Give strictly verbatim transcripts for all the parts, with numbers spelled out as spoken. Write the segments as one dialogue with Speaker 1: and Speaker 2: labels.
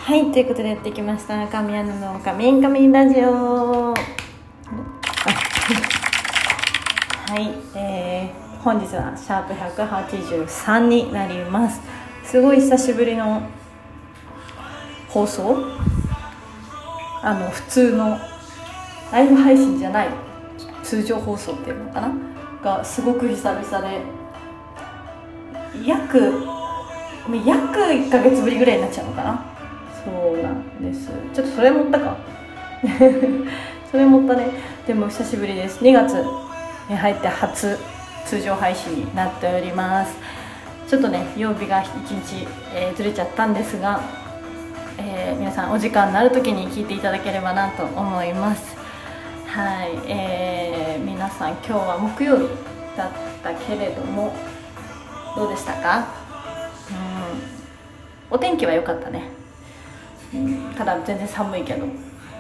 Speaker 1: はい、ということでやってきました神谷のカミンカミンラジオ。はい、えー、本日はシャープひゃくはちじゅうさんになります。すごい久しぶりの放送、あの普通のライブ配信じゃない通常放送っていうのかながすごく久々で、約約いっかげつぶりぐらいになっちゃうのかな。そうなんです。ちょっとそれ持ったかそれ持ったね。でも久しぶりです。にがつに入って初通常配信になっております。ちょっとね曜日がいちにち、えー、ずれちゃったんですが、えー、皆さんお時間になる時に聞いていただければなと思います。はい、えー、皆さん今日は木曜日だったけれどもどうでしたか？うん、お天気は良かったね。うん、ただ全然寒いけど、うん、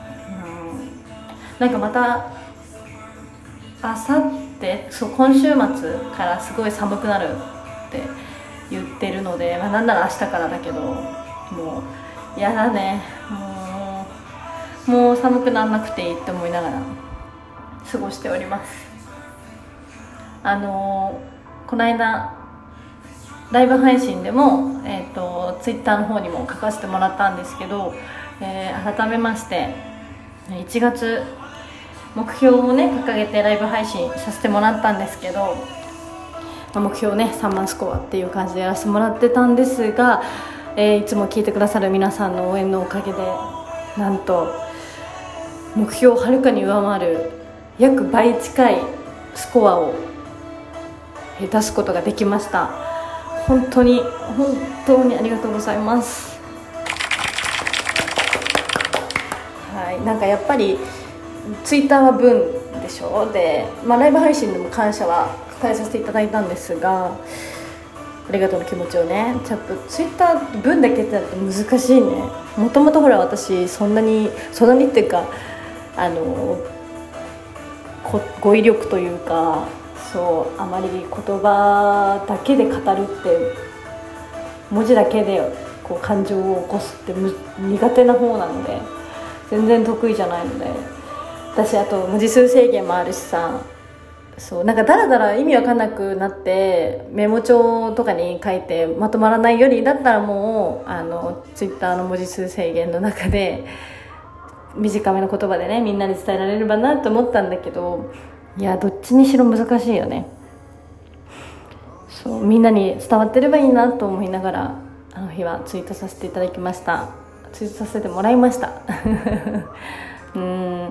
Speaker 1: なんかまたあさってそう今週末からすごい寒くなるって言ってるので、まあ、なんなら明日からだけどもうやだね。もうもう寒くならなくていいって思いながら過ごしております。あのー、この間ライブ配信でも、えーと、ツイッターの方にも書かせてもらったんですけど、えー、改めましていちがつ目標をね掲げてライブ配信させてもらったんですけど、目標ねさんまんスコアっていう感じでやらせてもらってたんですが、えー、いつも聞いてくださる皆さんの応援のおかげでなんと目標をはるかに上回る約倍近いスコアを出すことができました。本当に本当にありがとうございます。はい、なんかやっぱりツイッターは文でしょ。で、まあ、ライブ配信でも感謝は伝えさせていただいたんですが、ありがとうの気持ちをね、ちょっとツイッター文だけってなると難しいね。もともとほら私そんなにそんなにっていうかあの語彙力というかそうあまり言葉だけで語るって文字だけでこう感情を起こすって苦手な方なので全然得意じゃないので、私あと文字数制限もあるしさ、そうなんかだらだら意味わかんなくなってメモ帳とかに書いてまとまらないよりだったらもうあのツイッターの文字数制限の中で短めの言葉でねみんなに伝えられればなと思ったんだけど、いやどっちにしろ難しいよね。そうみんなに伝わってればいいなと思いながらあの日はツイートさせていただきましたツイートさせてもらいましたうーん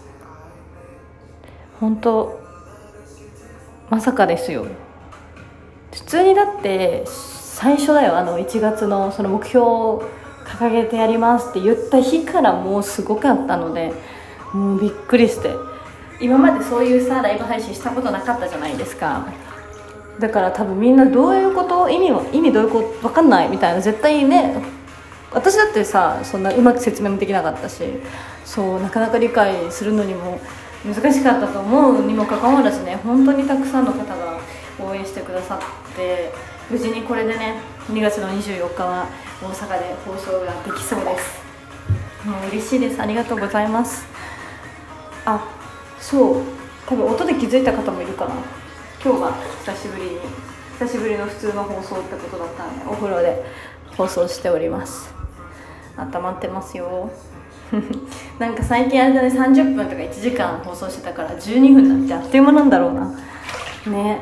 Speaker 1: 本当まさかですよ。普通にだって最初だよ、あのいちがつのその目標を掲げてやりますって言った日からもうすごかったので、もうびっくりして、今までそういうさライブ配信したことなかったじゃないですか。だから多分みんなどういうこと意味は意味どういうこと分かんないみたいな、絶対ね私だってさそんなうまく説明もできなかったし、そうなかなか理解するのにも難しかったと思うにもかかわらずね、本当にたくさんの方が応援してくださって無事にこれでねにがつのにじゅうよっかは大阪で放送ができそうです。もう嬉しいです。ありがとうございます。あ、そう多分音で気づいた方もいるかな。今日は久しぶりに久しぶりの普通の放送ってことだったのでお風呂で放送しております。温まってますよなんか最近あれだね、さんじゅっぷんとかいちじかん放送してたからじゅうにふんなんてあっという間なんだろうなね。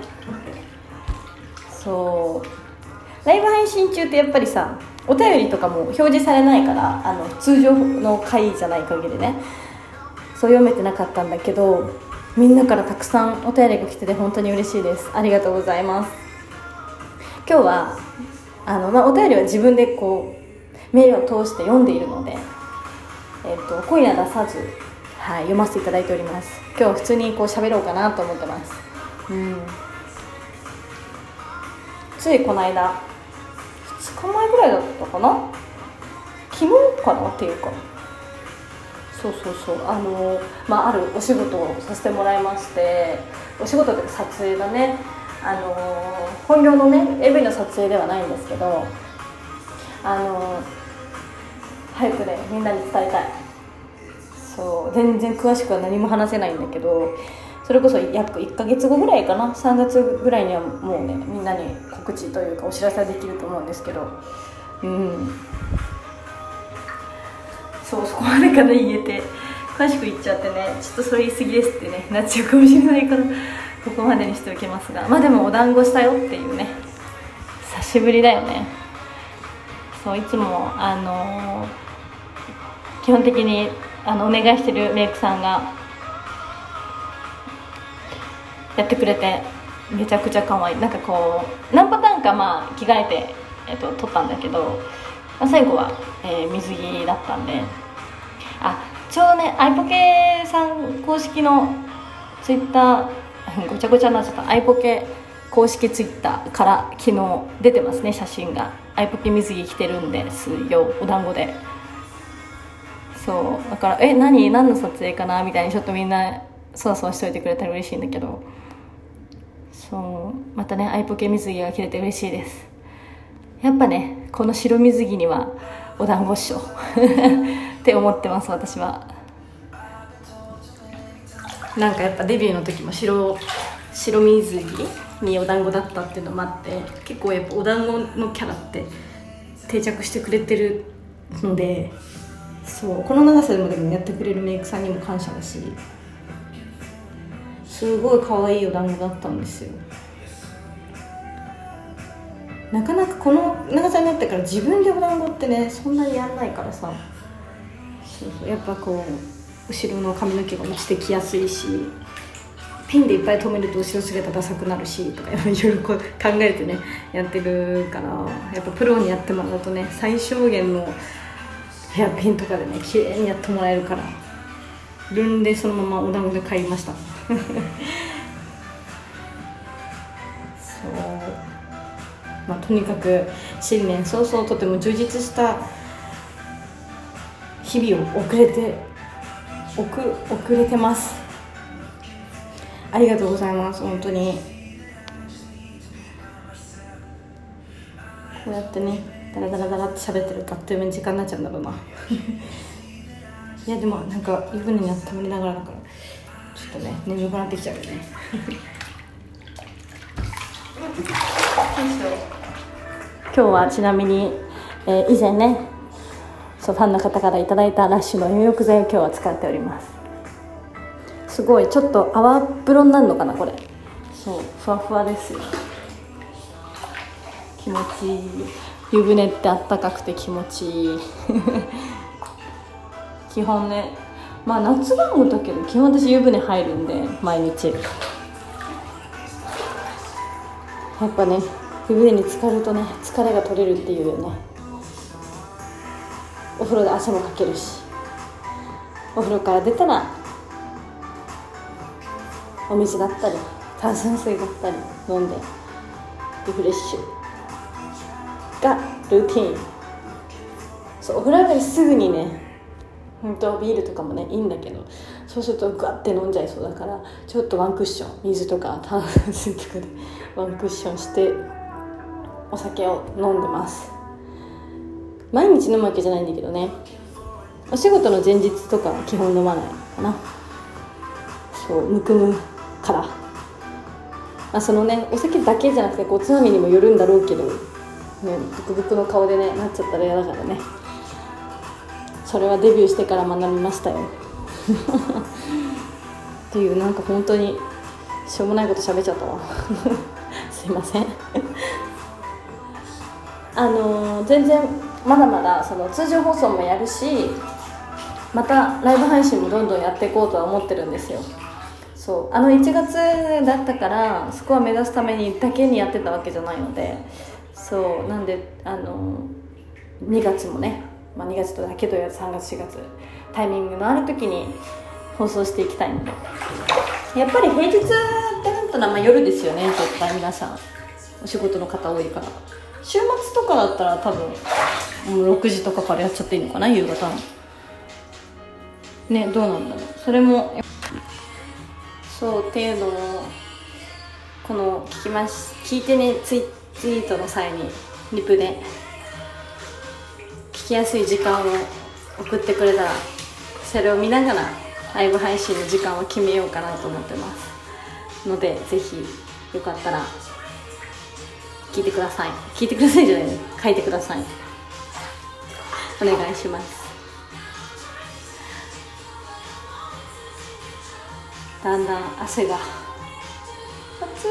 Speaker 1: そうライブ配信中ってやっぱりさお便りとかも表示されないから、あの通常の回じゃない限りねそう読めてなかったんだけど、みんなからたくさんお便りが来てて本当に嬉しいです。ありがとうございます。今日はあの、まあ、お便りは自分でこうメールを通して読んでいるので、えー、と声は出さず、はい、読ませていただいております。今日は普通にこう喋ろうかなと思ってます。うん、ついこの間ふつかまえぐらいだったかな、昨日かなっていうか、そうそうそうあの、まあ、あるお仕事をさせてもらいまして、お仕事で撮影だね、あの本業のね エーブイ の撮影ではないんですけど、あの早くねみんなに伝えたい。そう全然詳しくは何も話せないんだけど、それこそ約いっかげつごぐらいかな、さんがつぐらいにはもうねみんなに告知というかお知らせはできると思うんですけど、うんそうそこまでから言えて詳しく言っちゃってね、ちょっとそれ言い過ぎですってねなっちゃうかもしれないからここまでにしておきますが、まあでもお団子したよっていうね、久しぶりだよね。そういつもあのー、基本的にあのお願いしてるメイクさんがやってくれてめちゃくちゃ可愛い。なんかこう何パターンかまあ着替えて、えっと、撮ったんだけど、まあ、最後は、えー、水着だったんで、あちょうどねアイポケさん公式のツイッターごちゃごちゃになっちゃった、アイポケ公式ツイッターから昨日出てますね、写真が。アイポケ水着着てるんですよ、お団子で。そうだからえ何何の撮影かなみたいにちょっとみんなそわそわしといてくれたら嬉しいんだけど、そうまたねアイポケ水着が着れて嬉しいです。やっぱねこの白水着にはお団子っしょって思ってます私は。なんかやっぱデビューの時も白白水着にお団子だったっていうのもあって、結構やっぱお団子のキャラって定着してくれてるので、そうこの長さでもでもやってくれるメイクさんにも感謝だし、すごい可愛いお団子だったんですよ。なかなかこの長さになってから自分でお団子ってねそんなにやんないからさ、そうそうやっぱこう後ろの髪の毛が落ちてきやすいし、ピンでいっぱい留めると後ろ姿ダサくなるしとかいろいろこう考えてねやってるから、やっぱプロにやってもらうとね最小限のヘアピンとかでね綺麗にやってもらえるから、ルンでそのままお団子で買いましたそうまあとにかく新年早々とても充実した日々を送れて遅遅れてます。ありがとうございます。本当にこうやってねダラダラダラって喋ってるとあっという間に時間になっちゃうんだろうないやでもなんか湯船に温まりながらだからちょっとね眠くなってきちゃうよね今日はちなみに、えー、以前ねそうファンの方からいただいたラッシュの入浴剤を今日は使っております。すごいちょっと泡風呂になるのかなこれ。そうふわふわですよ、気持ちいい。湯船ってあったかくて気持ちいい基本ねまあ夏場もだけど基本私湯船入るんで毎日。やっぱね湯船に浸かるとね疲れが取れるっていうよね。お風呂で汗もかけるし、お風呂から出たらお水だったり炭酸水だったり飲んでリフレッシュがルーティーン。そうお風呂上がりすぐにね本当ビールとかもねいいんだけど、そうするとガッて飲んじゃいそうだからちょっとワンクッション水とか炭酸水とかでワンクッションしてお酒を飲んでます。毎日飲むわけじゃないんだけどね、お仕事の前日とかは基本飲まないかな。そうむくむから、まあ、そのねお酒だけじゃなくてこうつまみにもよるんだろうけど、ね、ブクブクの顔でねなっちゃったら嫌だからね、それはデビューしてから学びましたよっていうなんか本当にしょうもないこと喋っちゃったわすいませんあのー、全然まだまだその通常放送もやるし、またライブ配信もどんどんやっていこうとは思ってるんですよ。そうあのいちがつだったからそこは目指すためにだけにやってたわけじゃないので、そうなんであのにがつもね、まあ、にがつとだけどさんがつしがつタイミングのある時に放送していきたいので、やっぱり平日ってなったらまあ夜ですよね絶対皆さんお仕事の方多いから。週末とかだったら多分もうろくじとかからやっちゃっていいのかな夕方のね、どうなんだろうそれも。そうっていうのをこの聞きます聞いてねツイ、ツイートの際にリプで聞きやすい時間を送ってくれたらそれを見ながらライブ配信の時間を決めようかなと思ってますので、ぜひよかったら聞いてください。聞いてくださいじゃないね、書いてください。お願いします。だんだん汗が、暑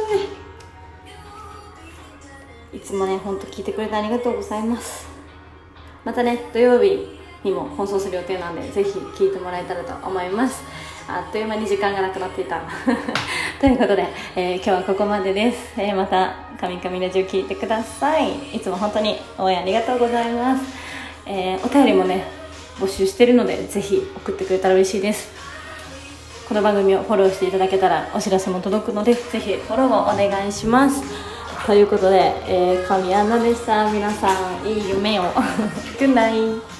Speaker 1: い。いつもね、ほんと聞いてくれてありがとうございます。またね、土曜日にも放送する予定なんで、ぜひ聞いてもらえたらと思います。あっという間に時間がなくなっていたということで、えー、今日はここまでです。えー、また神々ラジオ聞いてください。いつも本当に応援ありがとうございます。えー、お便りもね募集してるので、ぜひ送ってくれたら嬉しいです。この番組をフォローしていただけたらお知らせも届くので、ぜひフォローもお願いします。ということで、えー、神アンナでした。皆さんいい夢をグッナイ。